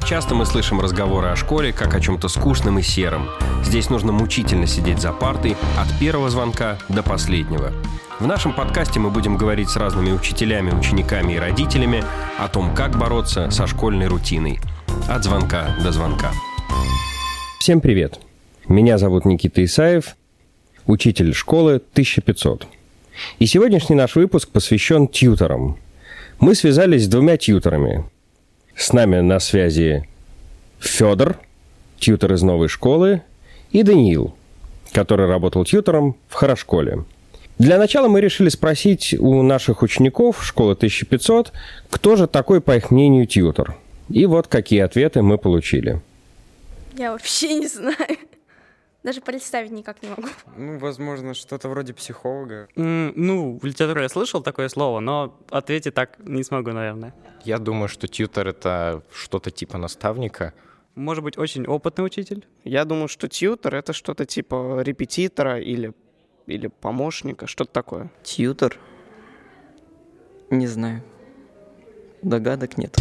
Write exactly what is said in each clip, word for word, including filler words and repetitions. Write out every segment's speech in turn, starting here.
Часто мы слышим разговоры о школе как о чем-то скучном и сером. Здесь нужно мучительно сидеть за партой от первого звонка до последнего. В нашем подкасте мы будем говорить с разными учителями, учениками и родителями о том, как бороться со школьной рутиной. От звонка до звонка. Всем привет. Меня зовут Никита Исаев, учитель школы тысяча пятьсот. И сегодняшний наш выпуск посвящен тьюторам. Мы связались с двумя тьюторами. С нами на связи Федор, тьютор из новой школы, и Даниил, который работал тьютором в Хорошколе. Для начала мы решили спросить у наших учеников школы тысяча пятьсот, кто же такой, по их мнению, тьютор. И вот какие ответы мы получили. Я вообще не знаю. Даже представить никак не могу. Ну, возможно, что-то вроде психолога. Mm, ну, в литературе я слышал такое слово, но ответить так не смогу, наверное. Я думаю, что тьютор — это что-то типа наставника. Может быть, очень опытный учитель? Я думаю, что тьютор — это что-то типа репетитора или, или помощника, что-то такое. Тьютор? Не знаю. Догадок нет.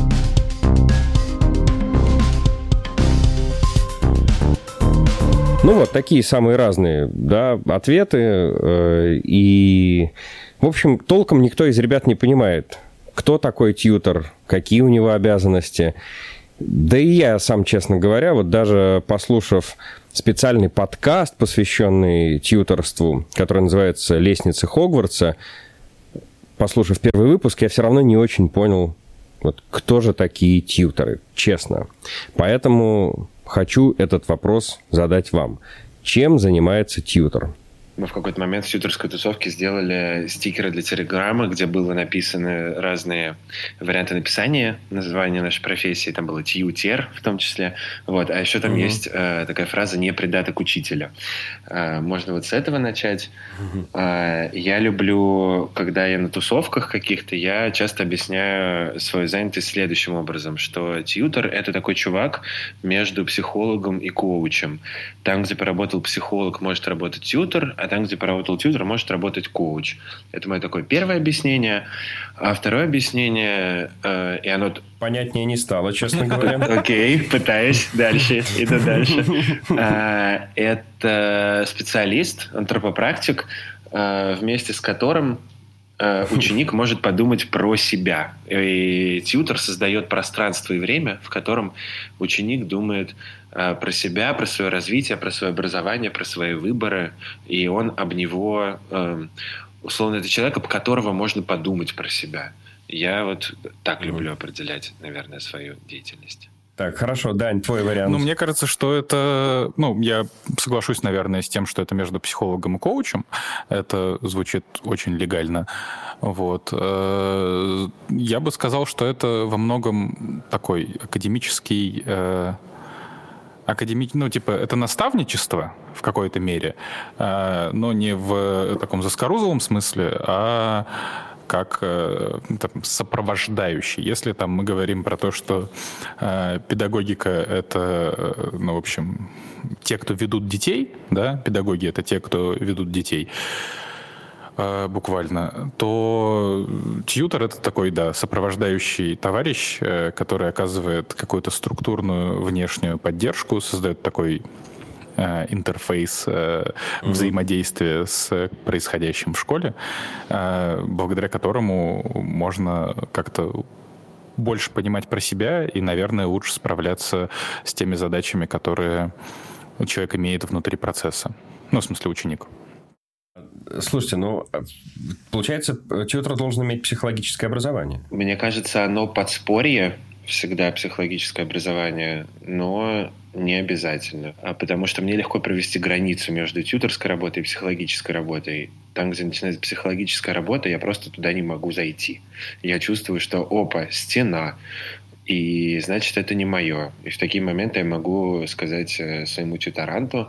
Ну вот, такие самые разные, да, ответы. Э, и, в общем, толком никто из ребят не понимает, кто такой тьютор, какие у него обязанности. Да и я сам, честно говоря, вот даже послушав специальный подкаст, посвященный тьюторству, который называется «Лестницы Хогвартса», послушав первый выпуск, я все равно не очень понял, вот, кто же такие тьюторы, честно. Поэтому хочу этот вопрос задать вам. Чем занимается тьютор? Мы в какой-то момент в тьюторской тусовке сделали стикеры для Телеграма, где были написаны разные варианты написания названия нашей профессии. Там было тьютер в том числе. Вот. А еще там mm-hmm. есть э, такая фраза «не придаток учителя». Э, можно вот с этого начать. Mm-hmm. Э, я люблю, когда я на тусовках каких-то, я часто объясняю свою занятость следующим образом, что тьютор — это такой чувак между психологом и коучем. Там, где поработал психолог, может работать тьютор, а там, где поработал тьютор, может работать коуч. Это мое такое первое объяснение. А второе объяснение, э, и оно... Понятнее не стало, честно говоря. Окей, пытаюсь. Дальше. Иду дальше. Это специалист, антропопрактик, вместе с которым ученик может подумать про себя. И тьютор создает пространство и время, в котором ученик думает про себя, про свое развитие, про свое образование, про свои выборы. И он об него, условно, это человек, об которого можно подумать про себя. Я вот так mm-hmm. люблю определять, наверное, свою деятельность. Так, хорошо, Дань, твой вариант. Ну, мне кажется, что это... Ну, я соглашусь, наверное, с тем, что это между психологом и коучем. Это звучит очень легально. Вот. Я бы сказал, что это во многом такой академический... Академи... Ну, типа, это наставничество в какой-то мере, но не в таком заскорузлом смысле, а как там, сопровождающий. Если там мы говорим про то, что э, педагогика — это, ну, в общем, те, кто ведут детей, да, педагоги — это те, кто ведут детей, э, буквально, то тьютор — это такой, да, сопровождающий товарищ, э, который оказывает какую-то структурную внешнюю поддержку, создает такой интерфейс mm-hmm. взаимодействия с происходящим в школе, благодаря которому можно как-то больше понимать про себя и, наверное, лучше справляться с теми задачами, которые человек имеет внутри процесса. Ну, в смысле, ученик. Слушайте, ну, получается, тьютор должен иметь психологическое образование. Мне кажется, оно подспорье всегда психологическое образование, но не обязательно. А потому что мне легко провести границу между тьюторской работой и психологической работой. Там, где начинается психологическая работа, я просто туда не могу зайти. Я чувствую, что опа, стена. И значит, это не мое. И в такие моменты я могу сказать своему тьюторанту: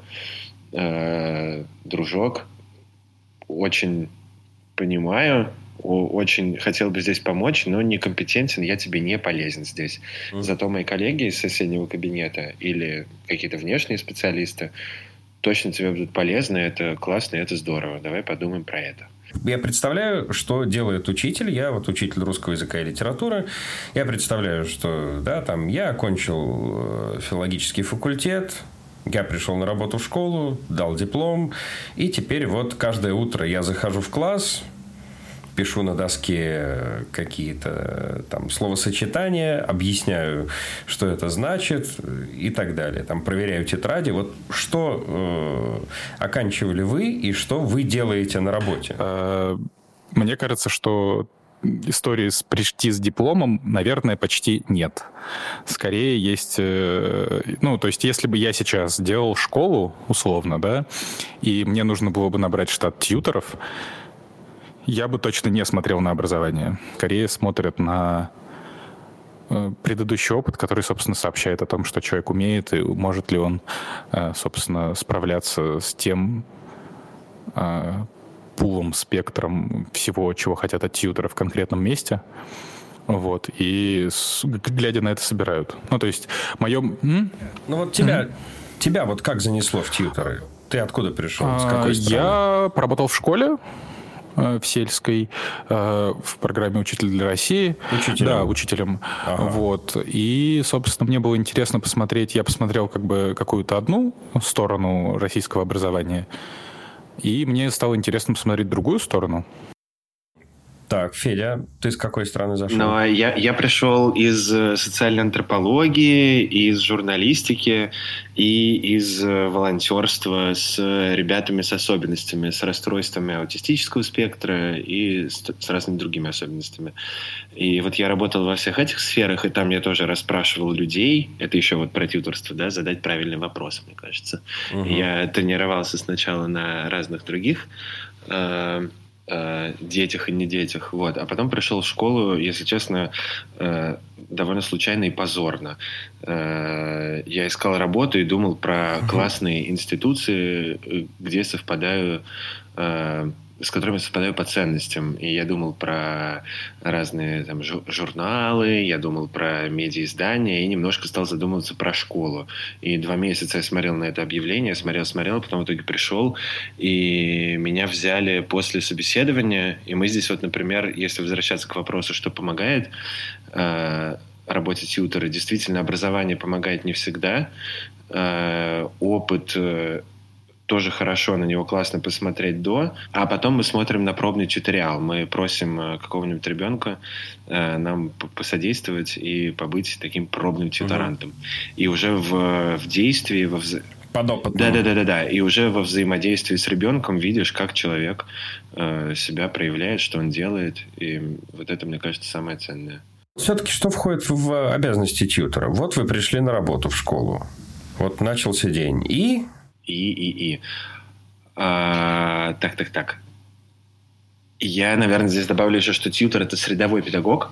э, дружок, очень понимаю, очень хотел бы здесь помочь, но некомпетентен, я тебе не полезен здесь. Mm-hmm. Зато мои коллеги из соседнего кабинета или какие-то внешние специалисты точно тебе будут полезны, это классно, это здорово. Давай подумаем про это. Я представляю, что делает учитель. Я вот учитель русского языка и литературы. Я представляю, что да, там, я окончил филологический факультет, я пришел на работу в школу, дал диплом, и теперь вот каждое утро я захожу в класс, пишу на доске какие-то там словосочетания, объясняю, что это значит и так далее. Там проверяю тетради. Вот что э, оканчивали вы и что вы делаете на работе? Мне кажется, что истории с прийти с дипломом, наверное, почти нет. Скорее есть... Ну, то есть, если бы я сейчас делал школу, условно, да, и мне нужно было бы набрать штат тьюторов, я бы точно не смотрел на образование. Скорее смотрят на предыдущий опыт, который, собственно, сообщает о том, что человек умеет, и может ли он, собственно, справляться с тем пулом, спектром всего, чего хотят от тьютера в конкретном месте. Вот. И глядя на это, собирают. Ну, то есть, мое... М? Ну, вот тебя, mm-hmm. тебя вот как занесло в тьютеры? Ты откуда пришел? С какой страны? Я поработал в школе, в сельской, в программе «Учитель для России». Учителем? Да, учителем. Ага. Вот. И, собственно, мне было интересно посмотреть, я посмотрел как бы какую-то одну сторону российского образования, и мне стало интересно посмотреть другую сторону. Так, Федя, ты с какой страны зашел? Ну, я, я пришел из социальной антропологии, из журналистики и из волонтерства с ребятами с особенностями, с расстройствами аутистического спектра и с, с разными другими особенностями. И вот я работал во всех этих сферах, и там я тоже расспрашивал людей, это еще вот про тьюторство, да, задать правильный вопрос, мне кажется. Угу. Я тренировался сначала на разных других э, детях и не детях, вот. А потом пришел в школу, если честно, довольно случайно и позорно. Я искал работу и думал про классные институции, где совпадаю, с которыми совпадаю по ценностям. И я думал про разные там журналы, я думал про медиаиздания и немножко стал задумываться про школу. И два месяца я смотрел на это объявление, смотрел, смотрел, потом в итоге пришел, и меня взяли после собеседования. И мы здесь вот, например, если возвращаться к вопросу, что помогает э, работе тьютера, действительно, образование помогает не всегда. Э, опыт... Э, тоже хорошо, на него классно посмотреть до, а потом мы смотрим на пробный тьюториал. Мы просим какого-нибудь ребенка э, нам посодействовать и побыть таким пробным тьюторантом. Угу. И уже в, в действии, во вза... подопытным. Да, да, да, да, да. И уже во взаимодействии с ребенком видишь, как человек э, себя проявляет, что он делает. И вот это, мне кажется, самое ценное. Все-таки что входит в обязанности тьютора? Вот вы пришли на работу в школу. Вот начался день. И... И, и, и. А, так, так, так. Я, наверное, здесь добавлю еще, что тьютор – это средовой педагог,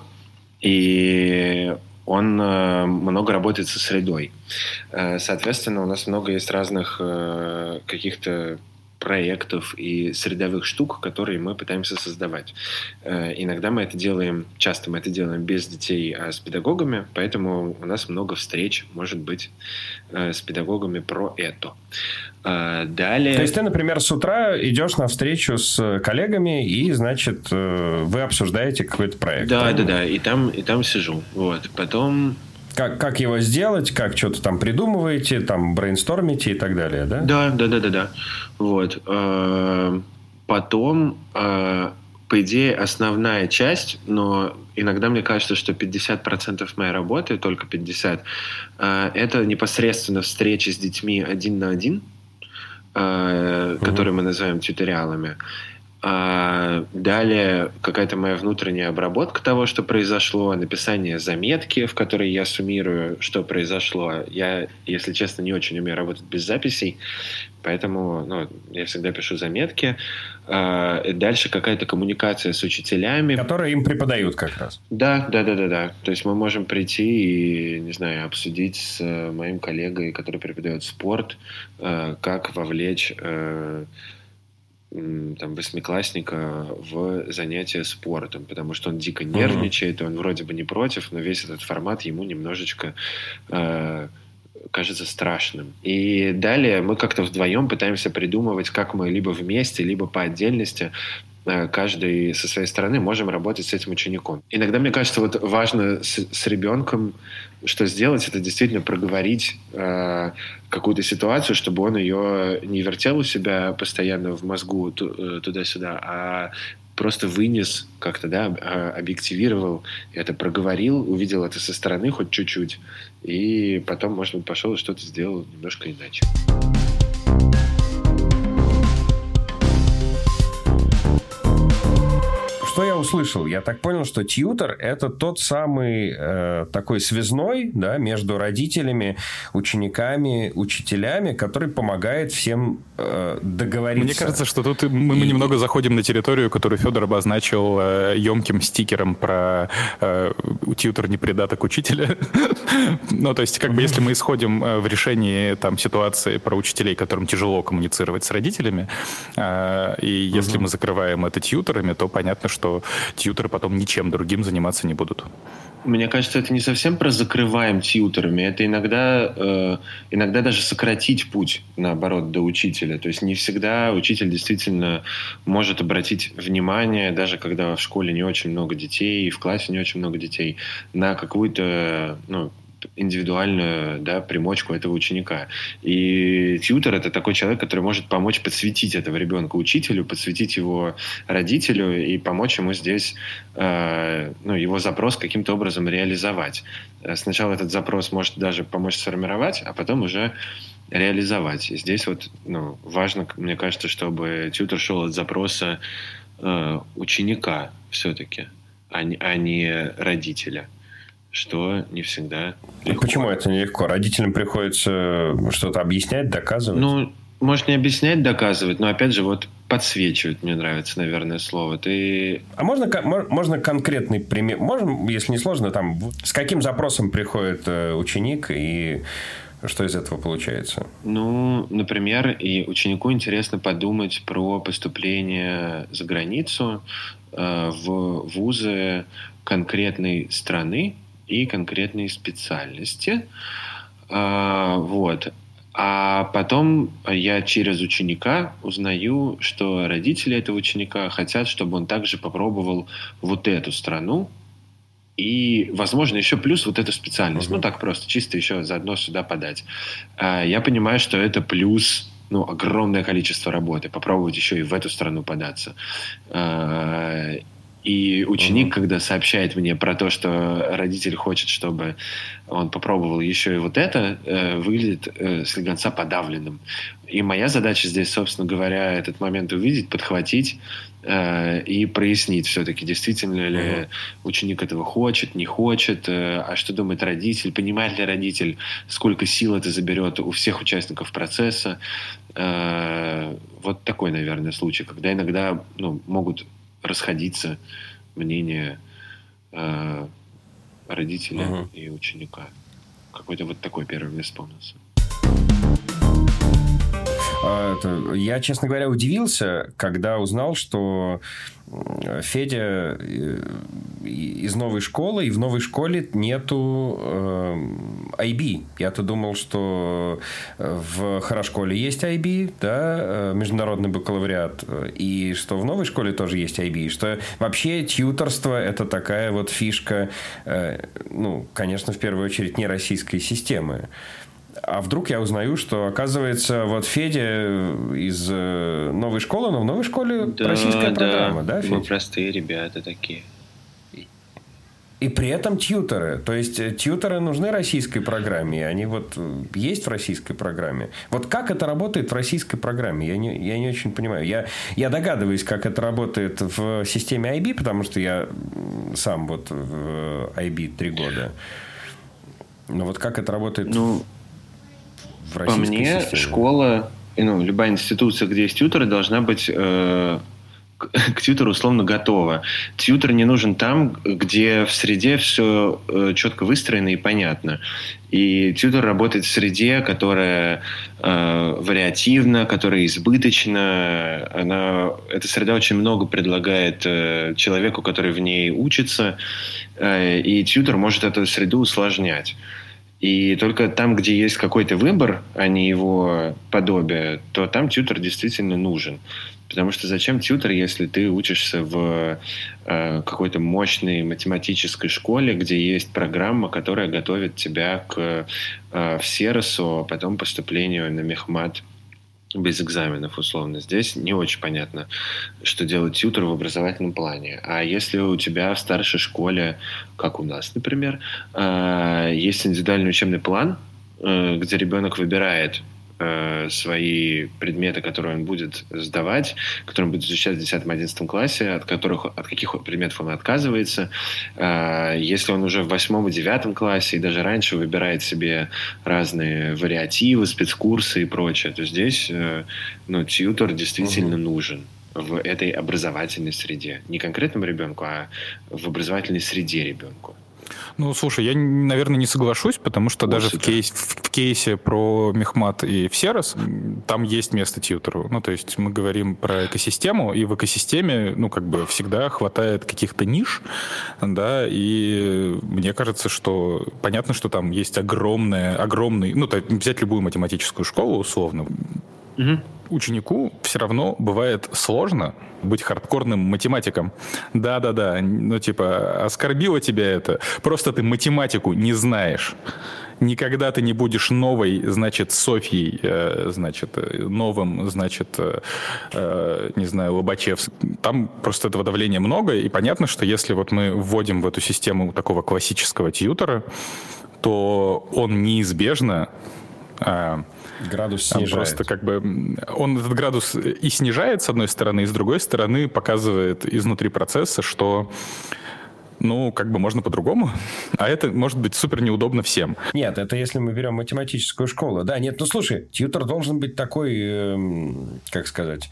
и он много работает со средой. Соответственно, у нас много есть разных каких-то проектов и средовых штук, которые мы пытаемся создавать. Иногда мы это делаем, часто мы это делаем без детей, а с педагогами, поэтому у нас много встреч, может быть, с педагогами про это. Далее... То есть ты, например, с утра идешь на встречу с коллегами и, значит, вы обсуждаете какой-то проект. Да, да, да, да, и там, и там сижу. Вот. Потом... Как, как его сделать, как что-то там придумываете, там брейнстормите и так далее, да? Да, да, да, да, да. Вот. Потом, по идее, основная часть, но иногда мне кажется, что пятьдесят процентов моей работы, только пятьдесят процентов, это непосредственно встречи с детьми один на один, которые мы называем тьюториалами. А далее какая-то моя внутренняя обработка того, что произошло, написание заметки, в которой я суммирую, что произошло. Я, если честно, не очень умею работать без записей, поэтому ну, я всегда пишу заметки. А дальше какая-то коммуникация с учителями. Которые им преподают как раз. Да, да, да, да, да. То есть мы можем прийти и, не знаю, обсудить с моим коллегой, который преподает спорт, как вовлечь... там, восьмиклассника в занятия спортом, потому что он дико нервничает, uh-huh. он вроде бы не против, но весь этот формат ему немножечко э, кажется страшным. И далее мы как-то вдвоем пытаемся придумывать, как мы либо вместе, либо по отдельности каждый со своей стороны можем работать с этим учеником. Иногда, мне кажется, вот важно с, с ребенком что сделать, это действительно проговорить э, какую-то ситуацию, чтобы он ее не вертел у себя постоянно в мозгу ту, туда-сюда, а просто вынес как-то, да, объективировал это, проговорил, увидел это со стороны хоть чуть-чуть, и потом, может быть, пошел и что-то сделал немножко иначе. Что я услышал? Я так понял, что тьютор – это тот самый э, такой связной, да, между родителями, учениками, учителями, который помогает всем э, договориться. Мне кажется, что тут мы, мы И... немного заходим на территорию, которую Федор обозначил э, емким стикером про э, тьютор не придаток учителя. Ну, то есть, как бы, если мы исходим в решении там ситуации про учителей, которым тяжело коммуницировать с родителями, э, и если мы закрываем это тьюторами, то понятно, что что тьюторы потом ничем другим заниматься не будут. Мне кажется, это не совсем про закрываем тьюторами, это иногда, э, иногда даже сократить путь, наоборот, до учителя. То есть не всегда учитель действительно может обратить внимание, даже когда в школе не очень много детей, в классе не очень много детей, на какую-то, ну, индивидуальную, да, примочку этого ученика. И тьютор – это такой человек, который может помочь подсветить этого ребенка учителю, подсветить его родителю и помочь ему здесь э, ну, его запрос каким-то образом реализовать. Сначала этот запрос может даже помочь сформировать, а потом уже реализовать. И здесь вот, ну, важно, мне кажется, чтобы тьютор шел от запроса э, ученика все-таки, а не, а не родителя. Что не всегда легко. Почему это нелегко? Родителям приходится что-то объяснять, доказывать? Ну, может, не объяснять, доказывать, но, опять же, вот подсвечивать, мне нравится, наверное, слово. Ты... А можно, можно конкретный пример? Можем, если не сложно, там, с каким запросом приходит ученик и что из этого получается? Ну, например, и ученику интересно подумать про поступление за границу э, в вузы конкретной страны и конкретные специальности. А, вот. А потом я через ученика узнаю, что родители этого ученика хотят, чтобы он также попробовал вот эту страну и, возможно, еще плюс вот эту специальность. Uh-huh. Ну, так просто, чисто еще заодно сюда подать. А, я понимаю, что это плюс, ну, огромное количество работы. Попробовать еще и в эту страну податься. А, И ученик, uh-huh. когда сообщает мне про то, что родитель хочет, чтобы он попробовал еще и вот это, э, выглядит э, слегонца подавленным. И моя задача здесь, собственно говоря, этот момент увидеть, подхватить э, и прояснить все-таки, действительно ли uh-huh. ученик этого хочет, не хочет, э, а что думает родитель, понимает ли родитель, сколько сил это заберет у всех участников процесса. Э, вот такой, наверное, случай, когда иногда, ну, могут расходиться мнения э, родителя uh-huh. и ученика. Какой-то вот такой первый мне вспомнился. Это, я, честно говоря, удивился, когда узнал, что Федя из новой школы, и в новой школе нету э, ай би. Я-то думал, что в Хорошколе есть ай би, да, международный бакалавриат, и что в новой школе тоже есть ай би, что вообще тьюторство – это такая вот фишка, э, ну, конечно, в первую очередь, не российской системы. А вдруг я узнаю, что, оказывается, вот Федя из новой школы, но в новой школе да, российская да. программа, да, Федя? Мы простые ребята такие. И при этом тьюторы. То есть, тьюторы нужны российской программе, и они вот есть в российской программе. Вот как это работает в российской программе? Я не, я не очень понимаю. Я, я догадываюсь, как это работает в системе ай би, потому что я сам вот в ай би три года. Но вот как это работает... Ну... По мне, системе. Школа, ну, любая институция, где есть тьюторы, должна быть э, к, к тьютору условно готова. Тьютор не нужен там, где в среде все э, четко выстроено и понятно. И тьютор работает в среде, которая э, вариативна, которая избыточна. Она, эта среда очень много предлагает э, человеку, который в ней учится. Э, и тьютор может эту среду усложнять. И только там, где есть какой-то выбор, а не его подобие, то там тьютор действительно нужен. Потому что зачем тьютор, если ты учишься в э, какой-то мощной математической школе, где есть программа, которая готовит тебя к э, всеросу, а потом поступлению на мехмат без экзаменов, условно. Здесь не очень понятно, что делает тьютор в образовательном плане. А если у тебя в старшей школе, как у нас, например, есть индивидуальный учебный план, где ребенок выбирает свои предметы, которые он будет сдавать, которые он будет изучать в десятом-одиннадцатом классе, от которых, от каких предметов он отказывается. Если он уже в восьмом и девятом классе и даже раньше выбирает себе разные вариативы, спецкурсы и прочее, то здесь ну, тьютор действительно угу. нужен в этой образовательной среде. Не конкретному ребенку, а в образовательной среде ребенку. Ну, слушай, я, наверное, не соглашусь, потому что О, даже в, кейс, в кейсе про мехмат и всерос там есть место тьютору. Ну, то есть мы говорим про экосистему, и в экосистеме, ну, как бы всегда хватает каких-то ниш, да, и мне кажется, что понятно, что там есть огромная, огромный, ну, так, взять любую математическую школу, условно, угу. Ученику все равно бывает сложно быть хардкорным математиком. Да-да-да, ну типа оскорбило тебя это. Просто ты математику не знаешь. Никогда ты не будешь новой, значит, Софьей, э, значит, новым, значит, э, не знаю, Лобачевским. Там просто этого давления много, и понятно, что если вот мы вводим в эту систему такого классического тьютора, то он неизбежно... Э, Градус снижает. Просто как бы он этот градус и снижает, с одной стороны, и с другой стороны показывает изнутри процесса, что ну, как бы можно по-другому, а это может быть супер неудобно всем. Нет, это если мы берем математическую школу. Да, нет, ну слушай, тьютор должен быть такой, э, как сказать...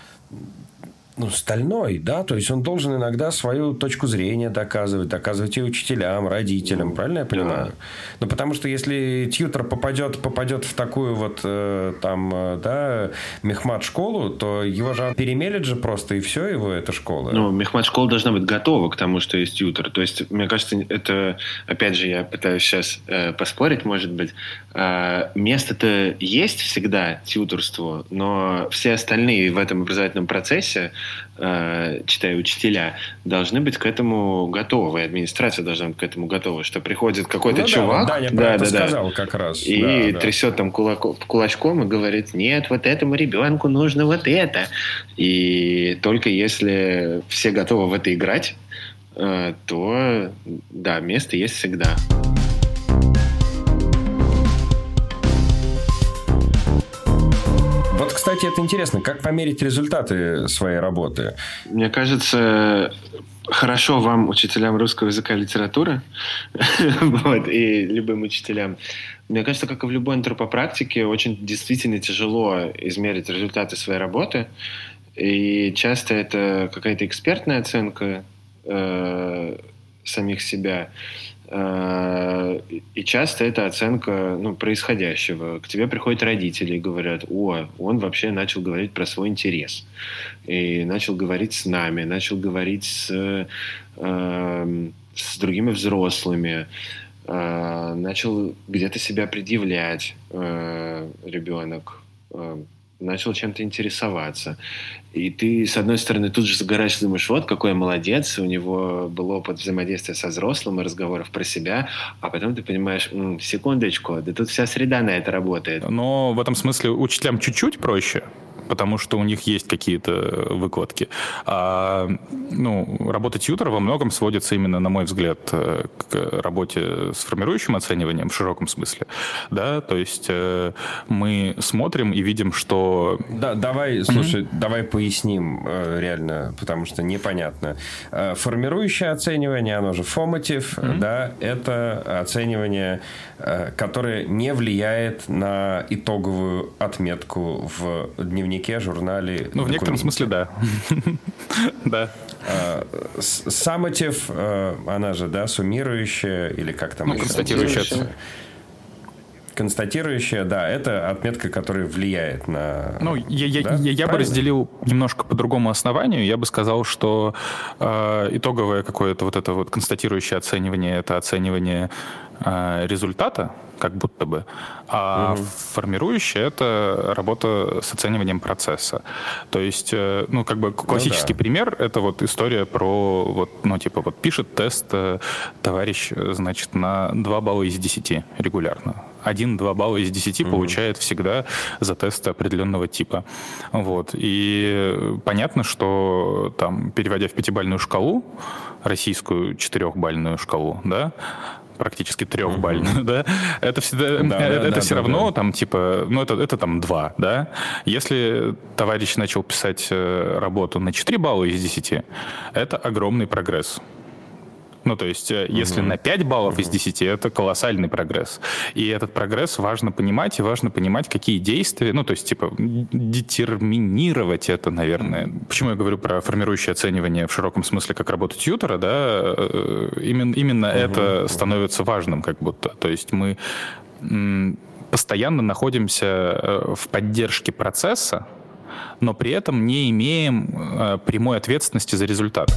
Ну, стальной, да, то есть он должен иногда свою точку зрения доказывать, доказывать и учителям, родителям, правильно я понимаю? Да. Ну, потому что если тьютор попадет, попадет в такую вот э, там, э, да, мехмат-школу, то его же перемелет же просто, и все, его эта школа. Ну, мехмат-школа должна быть готова к тому, что есть тьютор. То есть, мне кажется, это, опять же, я пытаюсь сейчас э, поспорить, может быть, э, место-то есть всегда тьюторству, но все остальные в этом образовательном процессе, читая учителя, должны быть к этому готовы, администрация должна быть к этому готова, что приходит какой-то ну, чувак, да, Даня про да, это да, сказал да, как раз. и да, трясет да. там кулаком, кулачком и говорит, нет, вот этому ребенку нужно вот это. И только если все готовы в это играть, то, да, место есть всегда. Вот, кстати, это интересно. Как померить результаты своей работы? Мне кажется, хорошо вам, учителям русского языка и литературы, вот, и любым учителям. Мне кажется, как и в любой антропопрактике, очень действительно тяжело измерить результаты своей работы. И часто это какая-то экспертная оценка э, самих себя. И часто это оценка ну, происходящего. К тебе приходят родители и говорят, о, он вообще начал говорить про свой интерес. И начал говорить с нами, начал говорить с, э, с другими взрослыми, э, начал где-то себя предъявлять э, ребенок, э, начал чем-то интересоваться. И ты, с одной стороны, тут же загораешь и думаешь, вот, какой молодец, у него был опыт взаимодействия со взрослым и разговоров про себя, а потом ты понимаешь, м-м, секундочку, да тут вся среда на это работает. Но в этом смысле учителям чуть-чуть проще, потому что у них есть какие-то выкладки. А, ну, работа тьютора во многом сводится именно, на мой взгляд, к работе с формирующим оцениванием в широком смысле. Да, то есть мы смотрим и видим, что... Да, давай, слушай, mm-hmm. давай поясним реально, потому что непонятно. Формирующее оценивание, оно же formative, mm-hmm. да, это оценивание, которое не влияет на итоговую отметку в дневнике, журнале. Ну, в некотором смысле, да. Да. Summative, она же, да, суммирующая, или как там? Ну, констатирующая. Констатирующая, да, это отметка, которая влияет на... Ну, я, я, да? я, я бы разделил немножко по другому основанию. Я бы сказал, что э, итоговое какое-то вот это вот констатирующее оценивание — это оценивание э, результата, как будто бы, а угу. формирующее — это работа с оцениванием процесса. То есть, э, ну, как бы классический ну, да. пример — это вот история про, вот, ну, типа, вот пишет тест э, товарищ, значит, на два балла из десяти регулярно. один-два балла из десяти угу. получает всегда за тесты определенного типа. Вот. И понятно, что там, переводя в пятибалльную шкалу, российскую четырехбальную шкалу, да, практически трехбальную, uh-huh. да, это всегда, да, это, да, это да, все да, равно да. там типа, ну это, это там два, да. Если товарищ начал писать работу на четыре балла из десяти, это огромный прогресс. Ну, то есть, если uh-huh. на пять баллов uh-huh. из десяти, это колоссальный прогресс. И этот прогресс важно понимать, и важно понимать, какие действия, ну, то есть, типа, детерминировать это, наверное. Почему я говорю про формирующее оценивание в широком смысле, как работу тьютера, да, именно, именно uh-huh. это становится важным, как будто. То есть, мы постоянно находимся в поддержке процесса, но при этом не имеем прямой ответственности за результат.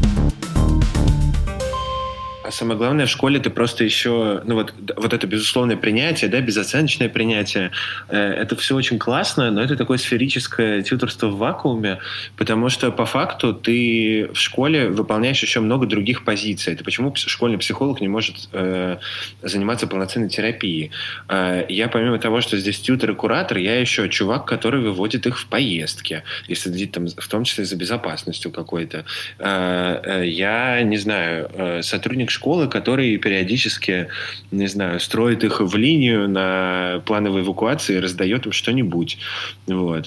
А самое главное, в школе ты просто еще, ну вот, вот это безусловное принятие, да, безоценочное принятие, э, это все очень классно, но это такое сферическое тьюторство в вакууме, потому что по факту ты в школе выполняешь еще много других позиций. Это почему школьный психолог не может э, заниматься полноценной терапией. Э, я помимо того, что здесь тьютор и куратор, я еще чувак, который выводит их в поездки и следит там, в том числе за безопасностью какой-то. Э, э, я, не знаю, э, сотрудник школы, который периодически, не знаю, строит их в линию на плановой эвакуации и раздает им что-нибудь. Вот.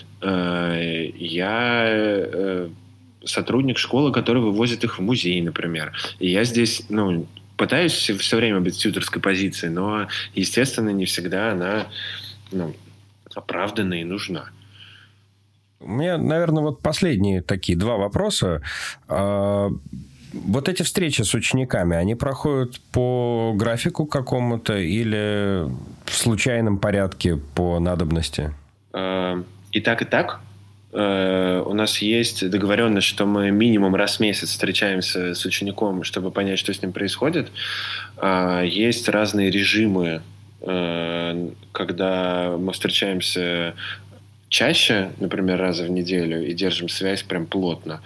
Я сотрудник школы, который вывозит их в музей, например. И я здесь, ну, пытаюсь все время быть в тьюторской позиции, но, естественно, не всегда она, ну, оправдана и нужна. У меня, наверное, вот последние такие два вопроса. Вот эти встречи с учениками, они проходят по графику какому-то или в случайном порядке по надобности? И так, и так. У нас есть договоренность, что мы минимум раз в месяц встречаемся с учеником, чтобы понять, что с ним происходит. Есть разные режимы, когда мы встречаемся чаще, например, раза в неделю, и держим связь прям плотно.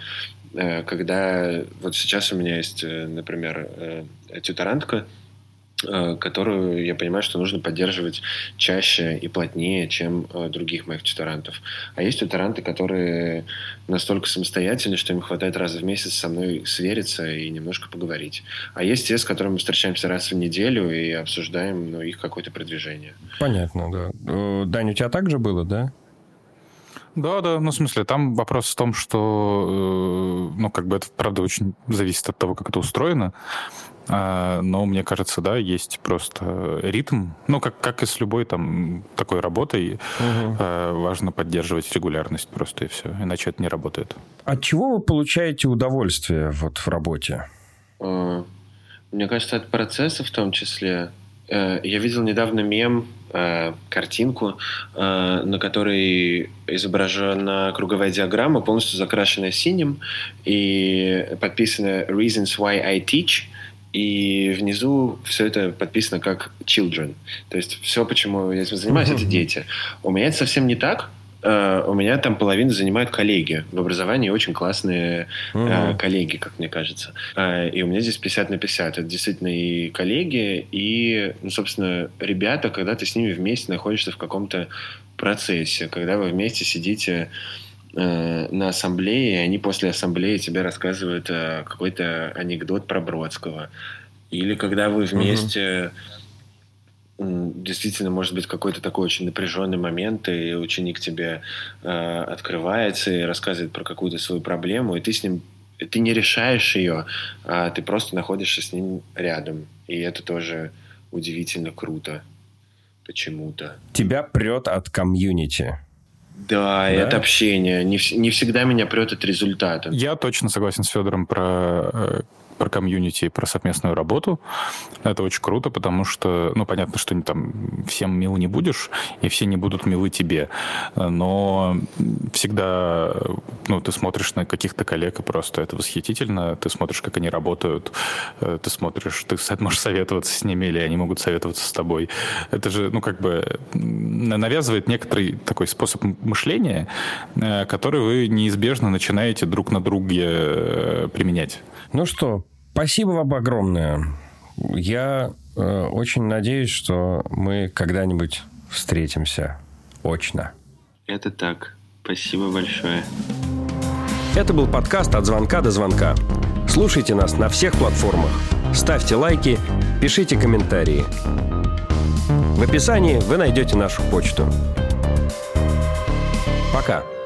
Когда вот сейчас у меня есть, например, тьюторантка, которую я понимаю, что нужно поддерживать чаще и плотнее, чем других моих тьюторантов. А есть тьюторанты, которые настолько самостоятельны, что им хватает раз в месяц со мной свериться и немножко поговорить. А есть те, с которыми мы встречаемся раз в неделю и обсуждаем, ну, их какое-то продвижение. Понятно, да. Дань, у тебя так же было, да? Да, да, ну, в смысле, там вопрос в том, что, ну, как бы это, правда, очень зависит от того, как это устроено, но, мне кажется, да, есть просто ритм, ну, как, как и с любой там такой работой, угу. важно поддерживать регулярность просто, и все, иначе это не работает. От чего вы получаете удовольствие вот в работе? Мне кажется, от процесса в том числе. Я видел недавно мем, картинку, на которой изображена круговая диаграмма, полностью закрашенная синим, и подписано «Reasons why I teach», и внизу все это подписано как «children». То есть все, почему я этим занимаюсь, это дети. У меня это совсем не так. Uh, у меня там половину занимают коллеги. В образовании очень классные uh, коллеги, как мне кажется. Uh, и у меня здесь пятьдесят на пятьдесят. Это действительно и коллеги, и, ну, собственно, ребята, когда ты с ними вместе находишься в каком-то процессе, когда вы вместе сидите uh, на ассамблее, и они после ассамблеи тебе рассказывают uh, какой-то анекдот про Бродского. Или когда вы вместе... Uh-huh. Действительно, может быть, какой-то такой очень напряженный момент, и ученик тебе э, открывается и рассказывает про какую-то свою проблему, и ты с ним, ты не решаешь ее, а ты просто находишься с ним рядом. И это тоже удивительно круто. Почему-то. Тебя прет от комьюнити. Да, и да? от общения. Не, не всегда меня прет от результата. Я точно согласен с Федором про... про комьюнити, про совместную работу. Это очень круто, потому что, ну, понятно, что там всем мил не будешь, и все не будут милы тебе. Но всегда, ну, ты смотришь на каких-то коллег, и просто это восхитительно. Ты смотришь, как они работают, ты смотришь, ты можешь советоваться с ними, или они могут советоваться с тобой. Это же, ну, как бы навязывает некоторый такой способ мышления, который вы неизбежно начинаете друг на друге применять. Ну что, спасибо вам огромное. Я э, очень надеюсь, что мы когда-нибудь встретимся очно. Это так. Спасибо большое. Это был подкаст «От звонка до звонка». Слушайте нас на всех платформах. Ставьте лайки, пишите комментарии. В описании вы найдете нашу почту. Пока.